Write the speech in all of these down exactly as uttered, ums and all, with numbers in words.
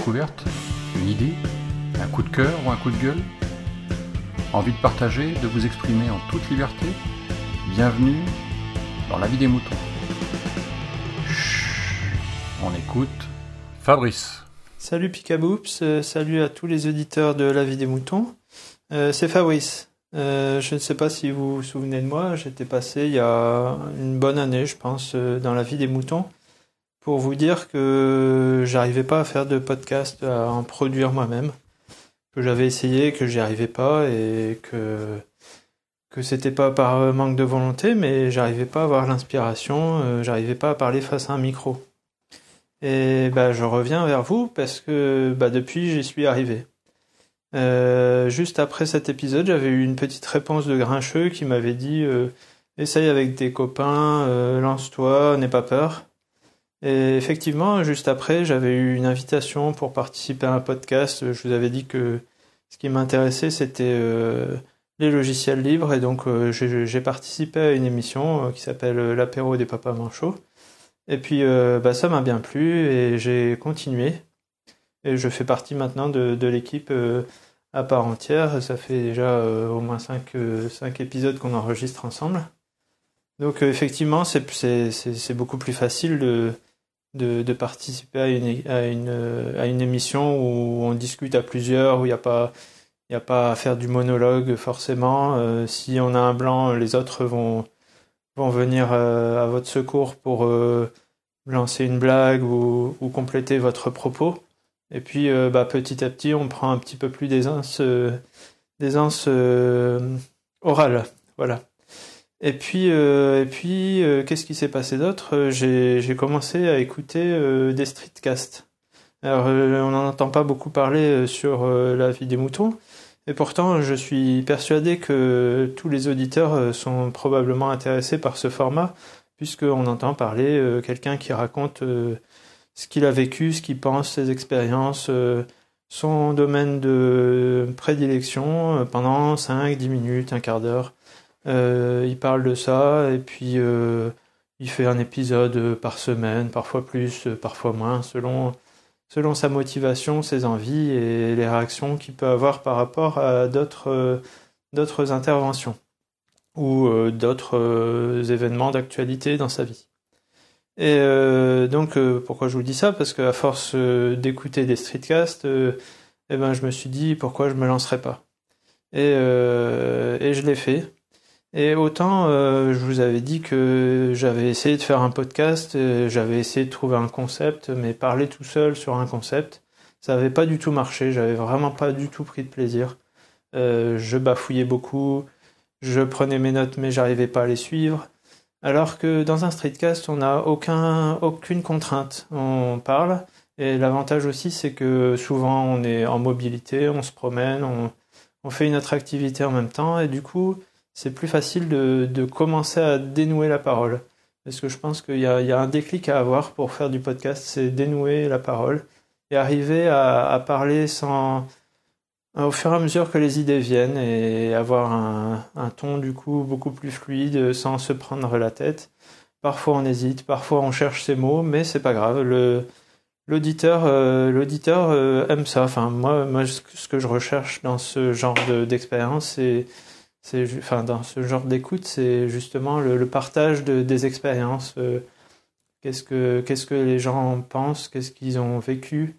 découverte, une idée, un coup de cœur ou un coup de gueule? Envie de partager, de vous exprimer en toute liberté? Bienvenue dans la vie des moutons. Chut, on écoute Fabrice. Salut Picaboops, euh, salut à tous les auditeurs de la vie des moutons. Euh, c'est Fabrice. Euh, je ne sais pas si vous vous souvenez de moi, j'étais passé il y a une bonne année, je pense, euh, dans la vie des moutons, pour vous dire que j'arrivais pas à faire de podcast, à en produire moi-même, que j'avais essayé, que j'y arrivais pas et que que c'était pas par manque de volonté, mais j'arrivais pas à avoir l'inspiration, euh, j'arrivais pas à parler face à un micro. Et bah je reviens vers vous parce que bah depuis j'y suis arrivé. Euh, juste après cet épisode, j'avais eu une petite réponse de Grincheux qui m'avait dit euh, essaye avec tes copains, euh, lance-toi, n'aie pas peur. Et effectivement, juste après, j'avais eu une invitation pour participer à un podcast. Je vous avais dit que ce qui m'intéressait, c'était euh, les logiciels libres. Et donc, euh, j'ai, j'ai participé à une émission euh, qui s'appelle euh, L'apéro des papas manchots. Et puis, euh, bah, ça m'a bien plu et j'ai continué. Et je fais partie maintenant de, de l'équipe euh, à part entière. Ça fait déjà euh, au moins cinq, euh, cinq épisodes qu'on enregistre ensemble. Donc, euh, effectivement, c'est, c'est, c'est, c'est beaucoup plus facile de... De, de participer à une, à, une, à une émission où on discute à plusieurs, où il n'y a pas, il n'y a pas à faire du monologue forcément. Euh, si on a un blanc, les autres vont, vont venir euh, à votre secours pour euh, lancer une blague ou, ou compléter votre propos. Et puis euh, bah, petit à petit, on prend un petit peu plus d'aisance, euh, d'aisance euh, orale. Voilà. Et puis, euh, et puis euh, qu'est-ce qui s'est passé d'autre? J'ai, j'ai commencé à écouter euh, des streetcasts. Alors, euh, on n'en entend pas beaucoup parler euh, sur euh, la vie des moutons, et pourtant, je suis persuadé que tous les auditeurs euh, sont probablement intéressés par ce format, puisqu'on entend parler euh, quelqu'un qui raconte euh, ce qu'il a vécu, ce qu'il pense, ses expériences, euh, son domaine de prédilection euh, pendant cinq, dix minutes, un quart d'heure. Euh, il parle de ça et puis euh, il fait un épisode par semaine, parfois plus, parfois moins, selon, selon sa motivation, ses envies et les réactions qu'il peut avoir par rapport à d'autres, euh, d'autres interventions ou euh, d'autres euh, événements d'actualité dans sa vie. Et euh, donc euh, pourquoi je vous dis ça? Parce qu'à force euh, d'écouter des streetcasts, euh, eh ben, je me suis dit pourquoi je me lancerais pas. Et, euh, et je l'ai fait. Et autant, euh, je vous avais dit que j'avais essayé de faire un podcast, euh, j'avais essayé de trouver un concept, mais parler tout seul sur un concept, ça avait pas du tout marché, j'avais vraiment pas du tout pris de plaisir. Euh, je bafouillais beaucoup, je prenais mes notes mais j'arrivais pas à les suivre. Alors que dans un streetcast, on n'a aucun, aucune contrainte, on parle, et l'avantage aussi c'est que souvent on est en mobilité, on se promène, on, on fait une autre activité en même temps, et du coup, c'est plus facile de, de commencer à dénouer la parole. Parce que je pense qu'il y a, il y a un déclic à avoir pour faire du podcast, c'est dénouer la parole et arriver à, à parler sans, au fur et à mesure que les idées viennent et avoir un, un ton du coup beaucoup plus fluide sans se prendre la tête. Parfois on hésite, parfois on cherche ses mots, mais c'est pas grave. Le, l'auditeur, euh, l'auditeur euh, aime ça. Enfin moi, moi, ce que je recherche dans ce genre de, d'expérience, c'est C'est, enfin, dans ce genre d'écoute, c'est justement le, le partage de, des expériences. Euh, qu'est-ce que, qu'est-ce que les gens pensent, qu'est-ce qu'ils ont vécu.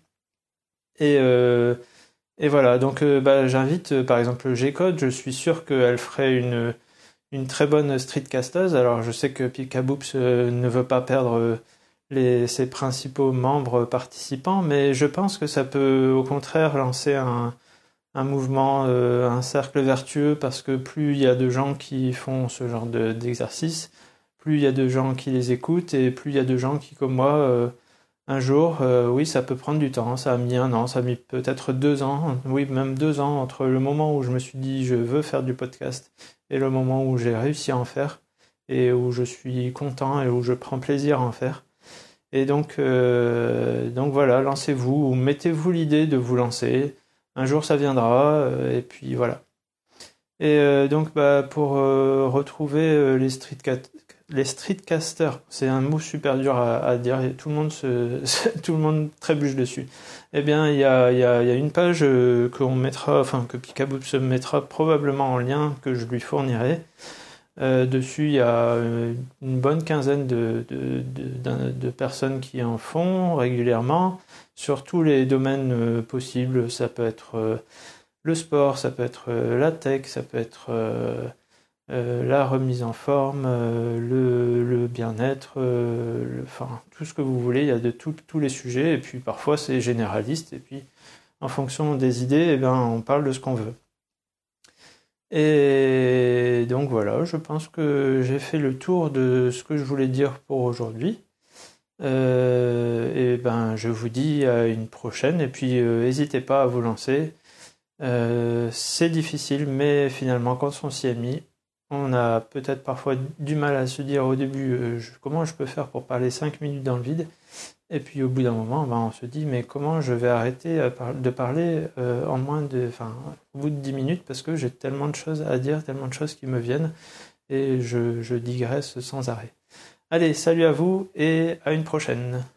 Et, euh, et voilà, donc euh, bah, j'invite euh, par exemple G-Code, je suis sûr qu'elle ferait une, une très bonne streetcasteuse. Alors je sais que Picaboops euh, ne veut pas perdre euh, les, ses principaux membres participants, mais je pense que ça peut au contraire lancer un un mouvement, euh, un cercle vertueux, parce que plus il y a de gens qui font ce genre de, d'exercice, plus il y a de gens qui les écoutent, et plus il y a de gens qui, comme moi, euh, un jour, euh, oui, ça peut prendre du temps, ça a mis un an, ça a mis peut-être deux ans, oui, même deux ans, entre le moment où je me suis dit je veux faire du podcast, et le moment où j'ai réussi à en faire, et où je suis content, et où je prends plaisir à en faire. Et donc, euh, donc voilà, lancez-vous, ou mettez-vous l'idée de vous lancer. Un jour ça viendra, euh, et puis voilà. Et euh, donc bah, pour euh, retrouver euh, les, streetca- les streetcasters, c'est un mot super dur à, à dire, et tout le monde se, tout le monde trébuche dessus. Eh bien, il y a, il y a, il y a une page euh, qu'on mettra, enfin que Picaboops se mettra probablement en lien, que je lui fournirai. Euh, dessus, il y a euh, une bonne quinzaine de, de, de, de personnes qui en font régulièrement, sur tous les domaines euh, possibles. Ça peut être euh, le sport, ça peut être euh, la tech, ça peut être euh, euh, la remise en forme, euh, le, le bien-être, euh, le, enfin tout ce que vous voulez. Il y a de tout, tous les sujets, et puis parfois c'est généraliste, et puis en fonction des idées, eh ben, on parle de ce qu'on veut. Et donc voilà, je pense que j'ai fait le tour de ce que je voulais dire pour aujourd'hui. Euh, et ben, je vous dis à une prochaine, et puis n'hésitez euh, pas à vous lancer. Euh, c'est difficile, mais finalement, quand on s'y est mis, on a peut-être parfois du mal à se dire au début euh, je, comment je peux faire pour parler cinq minutes dans le vide. Et puis au bout d'un moment, ben, on se dit mais comment je vais arrêter de parler euh, en moins de, enfin, au bout de dix minutes, parce que j'ai tellement de choses à dire, tellement de choses qui me viennent, et je, je digresse sans arrêt. Allez, salut à vous et à une prochaine.